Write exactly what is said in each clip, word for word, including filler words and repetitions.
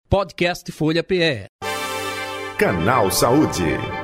Podcast Folha P E. Canal Saúde.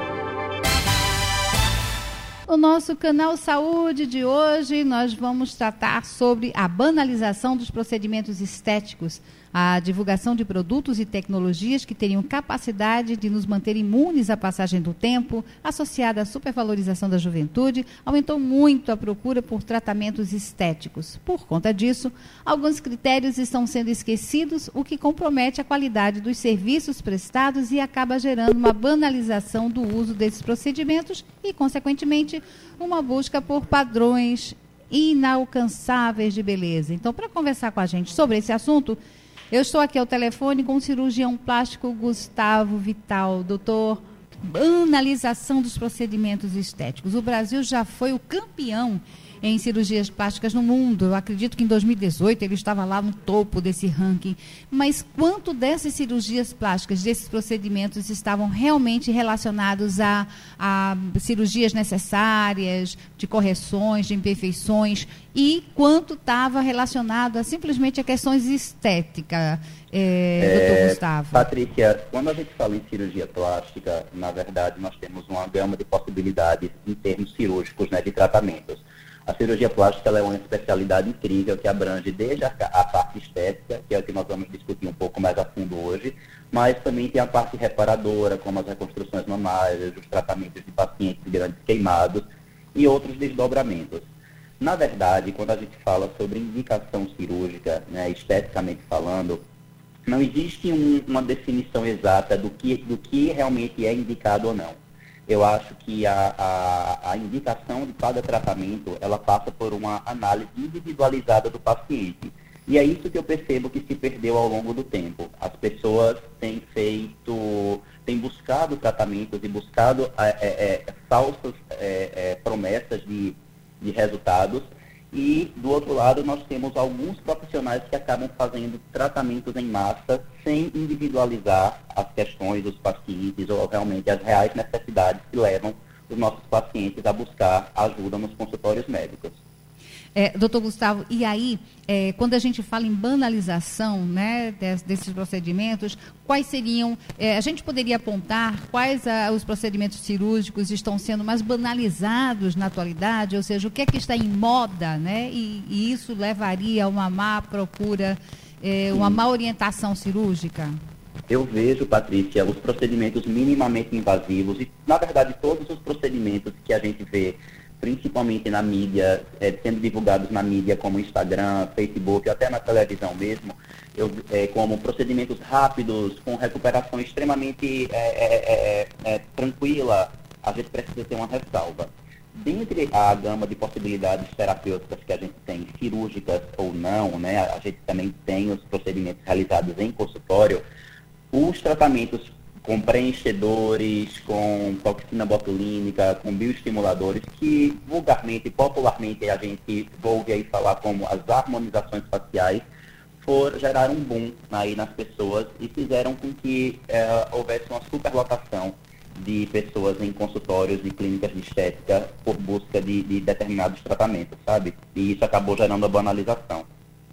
No nosso Canal Saúde de hoje, nós vamos tratar sobre a banalização dos procedimentos estéticos, a divulgação de produtos e tecnologias que teriam capacidade de nos manter imunes à passagem do tempo, associada à supervalorização da juventude, aumentou muito a procura por tratamentos estéticos. Por conta disso, alguns critérios estão sendo esquecidos, o que compromete a qualidade dos serviços prestados e acaba gerando uma banalização do uso desses procedimentos e, consequentemente, uma busca por padrões inalcançáveis de beleza. Então, para conversar com a gente sobre esse assunto, eu estou aqui ao telefone com o cirurgião plástico Gustavo Vital, doutor, banalização dos procedimentos estéticos. O Brasil já foi o campeão em cirurgias plásticas no mundo. Eu acredito que em dois mil e dezoito ele estava lá no topo desse ranking. Mas quanto dessas cirurgias plásticas, desses procedimentos, estavam realmente relacionados a, a cirurgias necessárias, de correções, de imperfeições, e quanto estava relacionado a simplesmente a questões estéticas, é, é, doutor Gustavo? Patrícia, quando a gente fala em cirurgia plástica, na verdade nós temos uma gama de possibilidades em termos cirúrgicos, né, de tratamentos. A cirurgia plástica ela é uma especialidade incrível que abrange desde a, a parte estética, que é o que nós vamos discutir um pouco mais a fundo hoje, mas também tem a parte reparadora, como as reconstruções mamárias, os tratamentos de pacientes grandes queimados e outros desdobramentos. Na verdade, quando a gente fala sobre indicação cirúrgica, né, esteticamente falando, não existe um, uma definição exata do que, do que realmente é indicado ou não. Eu acho que a, a, a indicação de cada tratamento, ela passa por uma análise individualizada do paciente. E é isso que eu percebo que se perdeu ao longo do tempo. As pessoas têm feito, têm buscado tratamentos e buscado é, é, falsas é, é, promessas de, de resultados. E, do outro lado, nós temos alguns profissionais que acabam fazendo tratamentos em massa sem individualizar as questões dos pacientes ou realmente as reais necessidades que levam os nossos pacientes a buscar ajuda nos consultórios médicos. É, doutor Gustavo, e aí, é, quando a gente fala em banalização, né, des, desses procedimentos, quais seriam, é, a gente poderia apontar quais a, os procedimentos cirúrgicos estão sendo mais banalizados na atualidade, ou seja, o que é que está em moda, né, e, e isso levaria a uma má procura, é, uma má orientação cirúrgica? Eu vejo, Patrícia, os procedimentos minimamente invasivos e, na verdade, todos os procedimentos que a gente vê principalmente na mídia, é, sendo divulgados na mídia como Instagram, Facebook, até na televisão mesmo, eu, é, como procedimentos rápidos, com recuperação extremamente é, é, é, tranquila, a gente precisa ter uma ressalva. Dentre a gama de possibilidades terapêuticas que a gente tem, cirúrgicas ou não, né, a gente também tem os procedimentos realizados em consultório, os tratamentos com preenchedores, com toxina botulínica, com bioestimuladores, que vulgarmente e popularmente a gente ouve aí falar como as harmonizações faciais, for gerar um boom aí nas pessoas e fizeram com que é, houvesse uma superlotação de pessoas em consultórios e clínicas de estética por busca de, de determinados tratamentos, sabe? E isso acabou gerando a banalização.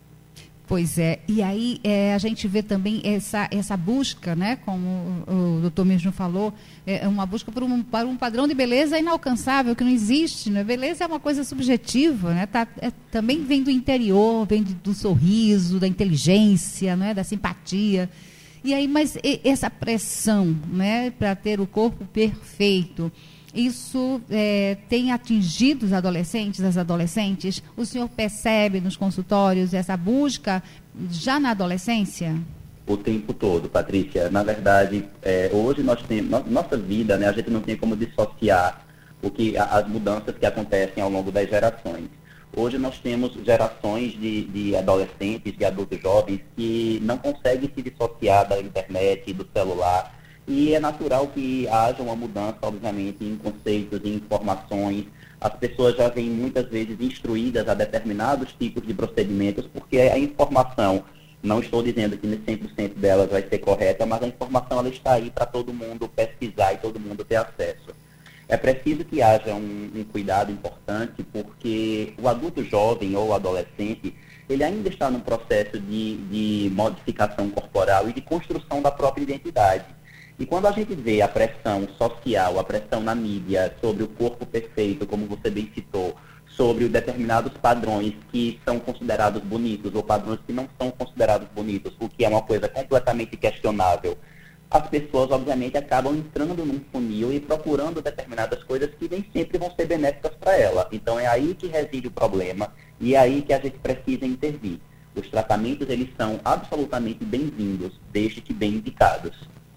Pois é, e aí é, a gente vê também essa, essa busca, né, como o, o doutor mesmo falou, é uma busca por um, por um padrão de beleza inalcançável, que não existe, né? Beleza é uma coisa subjetiva, né? Tá, é, também vem do interior, vem de, do sorriso, da inteligência, né, da simpatia. E aí, mas e, essa pressão, né, para ter o corpo perfeito, isso é, tem atingido os adolescentes, as adolescentes? O senhor percebe nos consultórios essa busca já na adolescência? O tempo todo, Patrícia. Na verdade, é, hoje nós temos, no, nossa vida, né, a gente não tem como dissociar o que, as mudanças que acontecem ao longo das gerações. Hoje nós temos gerações de, de adolescentes, de adultos jovens, que não conseguem se dissociar da internet, do celular. E é natural que haja uma mudança, obviamente, em conceitos, em informações. As pessoas já vêm muitas vezes instruídas a determinados tipos de procedimentos, porque a informação, não estou dizendo que cem por cento delas vai ser correta, mas a informação ela está aí para todo mundo pesquisar e todo mundo ter acesso. É preciso que haja um, um cuidado importante, porque o adulto jovem ou adolescente, ele ainda está num processo de, de modificação corporal e de construção da própria identidade. E quando a gente vê a pressão social, a pressão na mídia sobre o corpo perfeito, como você bem citou, sobre determinados padrões que são considerados bonitos ou padrões que não são considerados bonitos, o que é uma coisa completamente questionável, as pessoas, obviamente, acabam entrando num funil e procurando determinadas coisas que nem sempre vão ser benéficas para ela. Então, é aí que reside o problema e é aí que a gente precisa intervir. Os tratamentos, eles são absolutamente bem-vindos, desde que bem indicados.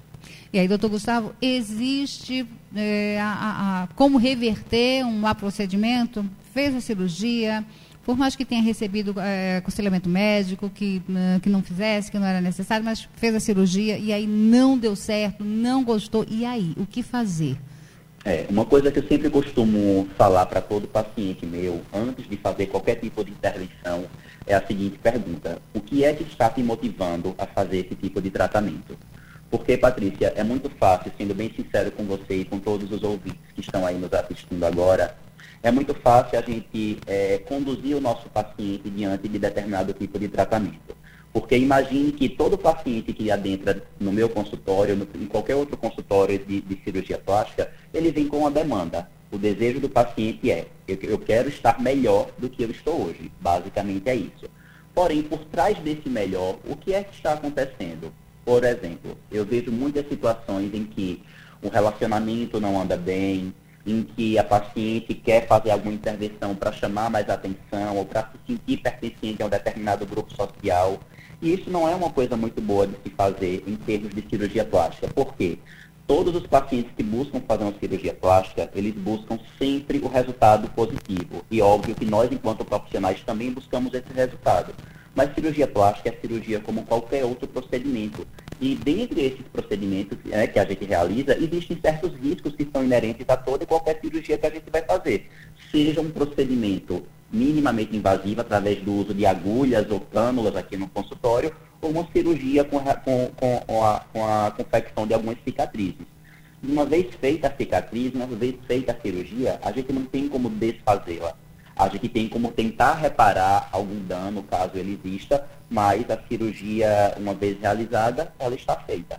E aí, doutor Gustavo, existe é, a, a, a, como reverter um má procedimento? Fez a cirurgia, por mais que tenha recebido é, aconselhamento médico, que, que não fizesse, que não era necessário, mas fez a cirurgia e aí não deu certo, não gostou. E aí, o que fazer? É, uma coisa que eu sempre costumo falar para todo paciente meu, antes de fazer qualquer tipo de intervenção, é a seguinte pergunta: o que é que está te motivando a fazer esse tipo de tratamento? Porque, Patrícia, é muito fácil, sendo bem sincero com você e com todos os ouvintes que estão aí nos assistindo agora, é muito fácil a gente é, conduzir o nosso paciente diante de determinado tipo de tratamento. Porque imagine que todo paciente que adentra no meu consultório, no, em qualquer outro consultório de, de cirurgia plástica, ele vem com uma demanda. O desejo do paciente é, eu, eu quero estar melhor do que eu estou hoje. Basicamente é isso. Porém, por trás desse melhor, o que é que está acontecendo? Por exemplo, eu vejo muitas situações em que o relacionamento não anda bem, em que a paciente quer fazer alguma intervenção para chamar mais atenção ou para se sentir pertencente a um determinado grupo social. E isso não é uma coisa muito boa de se fazer em termos de cirurgia plástica. Por quê? Todos os pacientes que buscam fazer uma cirurgia plástica, eles buscam sempre o resultado positivo. E óbvio que nós, enquanto profissionais, também buscamos esse resultado. Mas cirurgia plástica é cirurgia como qualquer outro procedimento. E dentre esses procedimentos né, que a gente realiza, existem certos riscos que são inerentes a toda e qualquer cirurgia que a gente vai fazer. Seja um procedimento minimamente invasivo, através do uso de agulhas ou cânulas aqui no consultório, ou uma cirurgia com, com, com, a, com a confecção de algumas cicatrizes. Uma vez feita a cicatriz, uma vez feita a cirurgia, a gente não tem como desfazê-la. A gente tem como tentar reparar algum dano, caso ele exista, mas a cirurgia, uma vez realizada, ela está feita.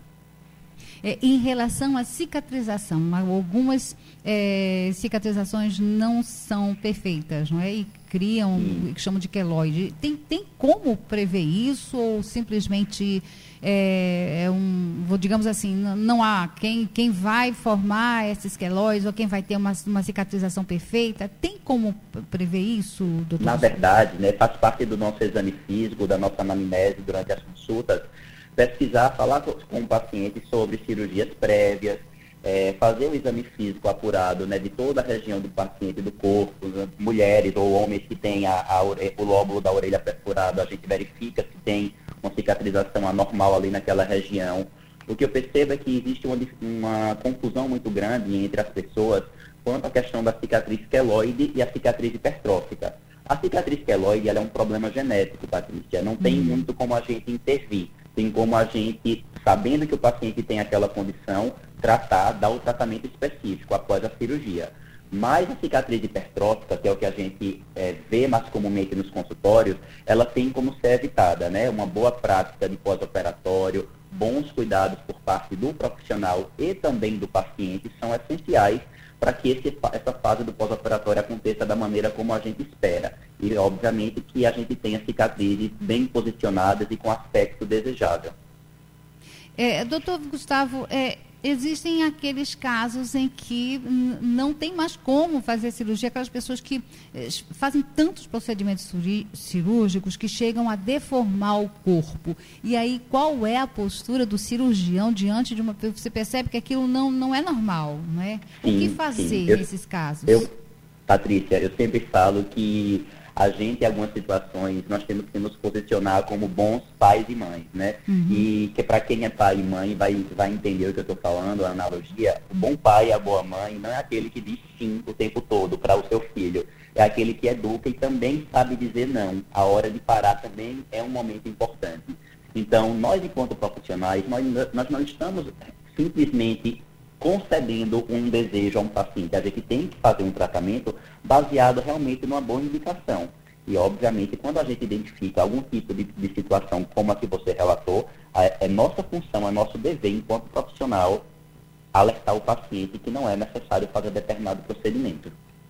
É, em relação à cicatrização, algumas é, cicatrizações não são perfeitas, não é? E criam o que chamam de queloide. Tem, tem como prever isso ou simplesmente é, é um, vou, digamos assim, não, não há quem, quem vai formar esses queloides ou quem vai ter uma, uma cicatrização perfeita? Tem como prever isso, doutor? Na verdade, né, faz parte do nosso exame físico, da nossa anamnese durante as consultas, pesquisar, falar com o paciente sobre cirurgias prévias, é, fazer o exame físico apurado né, de toda a região do paciente, do corpo, né, mulheres ou homens que têm a, a, o lóbulo da orelha perfurado, a gente verifica se tem uma cicatrização anormal ali naquela região. O que eu percebo é que existe uma, uma confusão muito grande entre as pessoas quanto à questão da cicatriz queloide e a cicatriz hipertrófica. A cicatriz queloide ela é um problema genético, Patrícia, não tem muito como a gente intervir. Tem como a gente, sabendo que o paciente tem aquela condição, tratar, dar o tratamento específico após a cirurgia. Mas a cicatriz hipertrófica, que é o que a gente é, vê mais comumente nos consultórios, ela tem como ser evitada, né? Uma boa prática de pós-operatório, bons cuidados por parte do profissional e também do paciente são essenciais para que esse, essa fase do pós-operatório aconteça da maneira como a gente espera. E, obviamente, que a gente tenha cicatrizes bem posicionadas e com aspecto desejável. É, doutor Gustavo, é, existem aqueles casos em que não tem mais como fazer cirurgia, aquelas pessoas que eh, fazem tantos procedimentos cirúrgicos que chegam a deformar o corpo. E aí, qual é a postura do cirurgião diante de uma... Você percebe que aquilo não, não é normal, não é? Sim, o que fazer eu, nesses casos? Eu, Patrícia, eu sempre falo que a gente, em algumas situações, nós temos que nos posicionar como bons pais e mães, né? Uhum. E que para quem é pai e mãe vai, vai entender o que eu estou falando, a analogia. O bom pai e a boa mãe não é aquele que diz sim o tempo todo para o seu filho. É aquele que educa e também sabe dizer não. A hora de parar também é um momento importante. Então, nós, enquanto profissionais, nós, nós não estamos simplesmente concedendo um desejo a um paciente. A gente tem que fazer um tratamento baseado realmente numa boa indicação. E, obviamente, quando a gente identifica algum tipo de, de situação como a que você relatou, é, é nossa função, é nosso dever, enquanto profissional, alertar o paciente que não é necessário fazer determinado procedimento.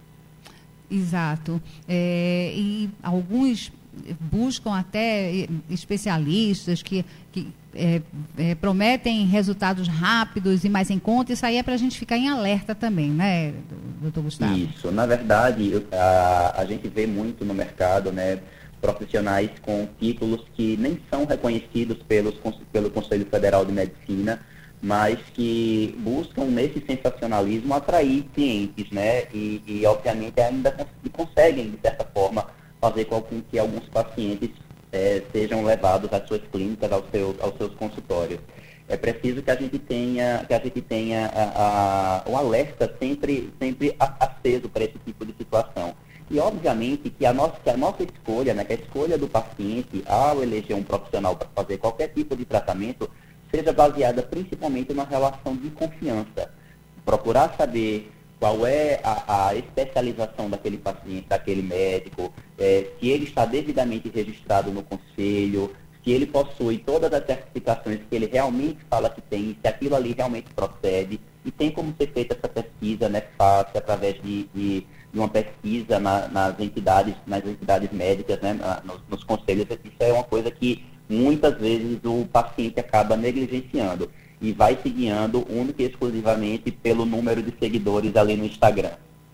Exato. É, e alguns buscam até especialistas que, que é, é, prometem resultados rápidos e mais em conta. Isso aí é para a gente ficar em alerta também, né, doutor Gustavo? Isso. Na verdade, eu, a, a gente vê muito no mercado, né, profissionais com títulos que nem são reconhecidos pelos, pelo Conselho Federal de Medicina, mas que buscam nesse sensacionalismo atrair clientes, né, e, e obviamente ainda conseguem, de certa forma, fazer com que alguns pacientes é, sejam levados às suas clínicas, aos seus, aos seus consultórios. É preciso que a gente tenha, que a gente tenha a, a, um alerta sempre, sempre aceso para esse tipo de situação. E, obviamente, que a nossa, que a nossa escolha, né, que a escolha do paciente ao eleger um profissional para fazer qualquer tipo de tratamento, seja baseada principalmente na relação de confiança. Procurar saber qual é a, a especialização daquele paciente, daquele médico, é, se ele está devidamente registrado no conselho, se ele possui todas as certificações que ele realmente fala que tem, se aquilo ali realmente procede, e tem como ser feita essa pesquisa, né, fácil, através de, de, de uma pesquisa na, nas entidades, nas entidades médicas, né, na, nos, nos conselhos. Isso é uma coisa que muitas vezes o paciente acaba negligenciando e vai se guiando única e exclusivamente pelo número de seguidores ali no Instagram.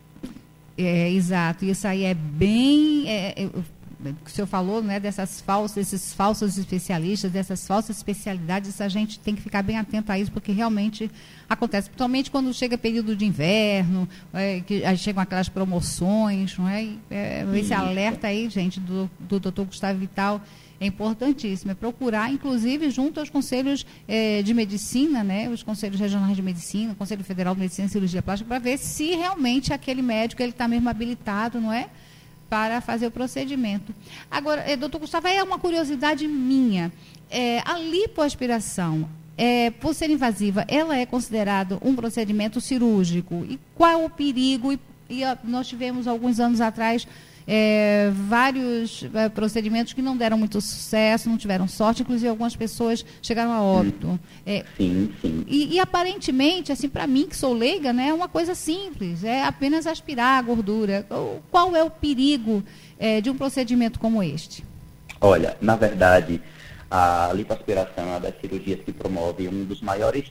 É, exato. Isso aí é bem... É, é, o senhor falou, né, dessas falsas, esses falsos especialistas, dessas falsas especialidades, a gente tem que ficar bem atento a isso, porque realmente acontece, principalmente quando chega período de inverno, é, que aí chegam aquelas promoções, não é? É, esse alerta aí, gente, do, do doutor Gustavo Vital é importantíssimo, é procurar, inclusive, junto aos conselhos é, de medicina, né, os conselhos regionais de medicina, o Conselho Federal de Medicina e Cirurgia Plástica, para ver se realmente aquele médico ele está mesmo habilitado, não é? Para fazer o procedimento. Agora, eh, doutor Gustavo, é uma curiosidade minha. É, a lipoaspiração, é, por ser invasiva, ela é considerada um procedimento cirúrgico? E qual é o perigo? E, e a, nós tivemos, alguns anos atrás, é, vários é, procedimentos que não deram muito sucesso, não tiveram sorte, inclusive algumas pessoas chegaram a óbito. É, sim, sim. E, e aparentemente, assim, para mim, que sou leiga, né, é uma coisa simples, é apenas aspirar a gordura. Qual é o perigo é, de um procedimento como este? Olha, na verdade, a lipoaspiração é uma das cirurgias que promove um dos maiores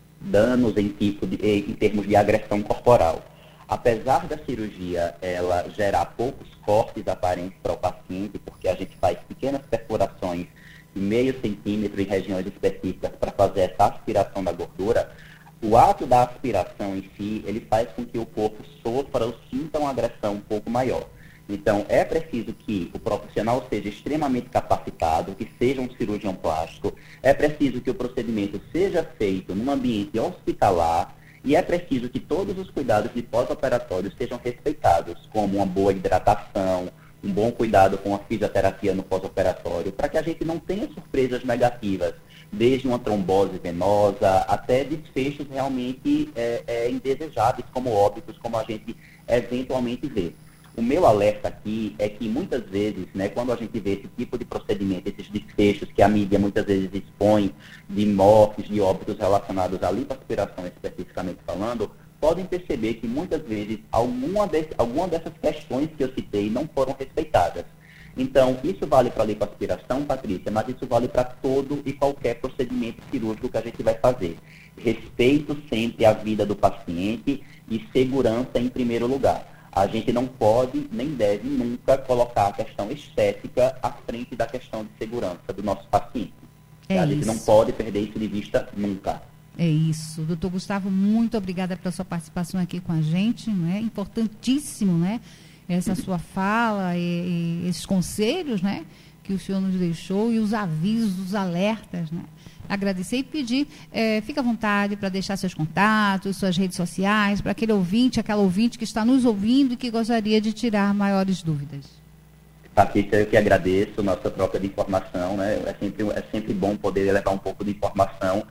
danos em, tipo de, em termos de agressão corporal. Apesar da cirurgia ela gerar poucos cortes aparentes para o paciente, porque a gente faz pequenas perfurações de meio centímetro em regiões específicas para fazer essa aspiração da gordura, o ato da aspiração em si, ele faz com que o corpo sofra ou sinta uma agressão um pouco maior. Então, é preciso que o profissional seja extremamente capacitado, que seja um cirurgião plástico, é preciso que o procedimento seja feito num ambiente hospitalar, e é preciso que todos os cuidados de pós-operatório sejam respeitados, como uma boa hidratação, um bom cuidado com a fisioterapia no pós-operatório, para que a gente não tenha surpresas negativas, desde uma trombose venosa até desfechos realmente é, é, indesejáveis, como óbitos, como a gente eventualmente vê. O meu alerta aqui é que muitas vezes, né, quando a gente vê esse tipo de procedimento, esses desfechos que a mídia muitas vezes expõe de mortes, de óbitos relacionados à lipoaspiração especificamente falando, podem perceber que muitas vezes alguma, de, alguma dessas questões que eu citei não foram respeitadas. Então, isso vale para a lipoaspiração, Patrícia, mas isso vale para todo e qualquer procedimento cirúrgico que a gente vai fazer. Respeito sempre à vida do paciente e segurança em primeiro lugar. A gente não pode, nem deve nunca colocar a questão estética à frente da questão de segurança do nosso paciente. É a isso. gente não pode perder isso de vista nunca. É isso. Doutor Gustavo, muito obrigada pela sua participação aqui com a gente. Né? Importantíssimo, né? Essa sua fala e, e esses conselhos, né? Que o senhor nos deixou e os avisos, os alertas, né? Agradecer e pedir, é, fica à vontade para deixar seus contatos, suas redes sociais, para aquele ouvinte, aquela ouvinte que está nos ouvindo e que gostaria de tirar maiores dúvidas. Patrícia, eu que agradeço nossa troca de informação, né? É sempre, é sempre bom poder levar um pouco de informação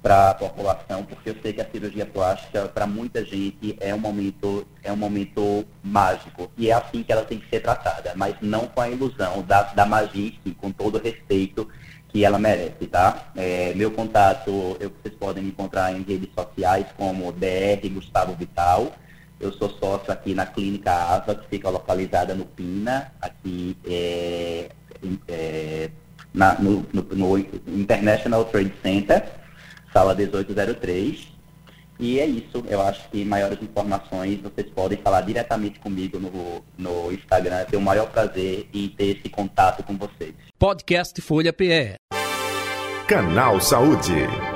para a população, porque eu sei que a cirurgia plástica, para muita gente, é um momento, é um momento mágico. E é assim que ela tem que ser tratada, mas não com a ilusão da, da magia, sim, com todo o respeito que ela merece, tá? É, meu contato, eu, vocês podem me encontrar em redes sociais como D R Gustavo Vital. Eu sou sócio aqui na Clínica Ava, que fica localizada no Pina, aqui é, é, na, no, no, no International Trade Center, sala dezoito zero três. E é isso. Eu acho que maiores informações vocês podem falar diretamente comigo no, no Instagram. Eu tenho o maior prazer em ter esse contato com vocês. Podcast Folha P E. Canal Saúde.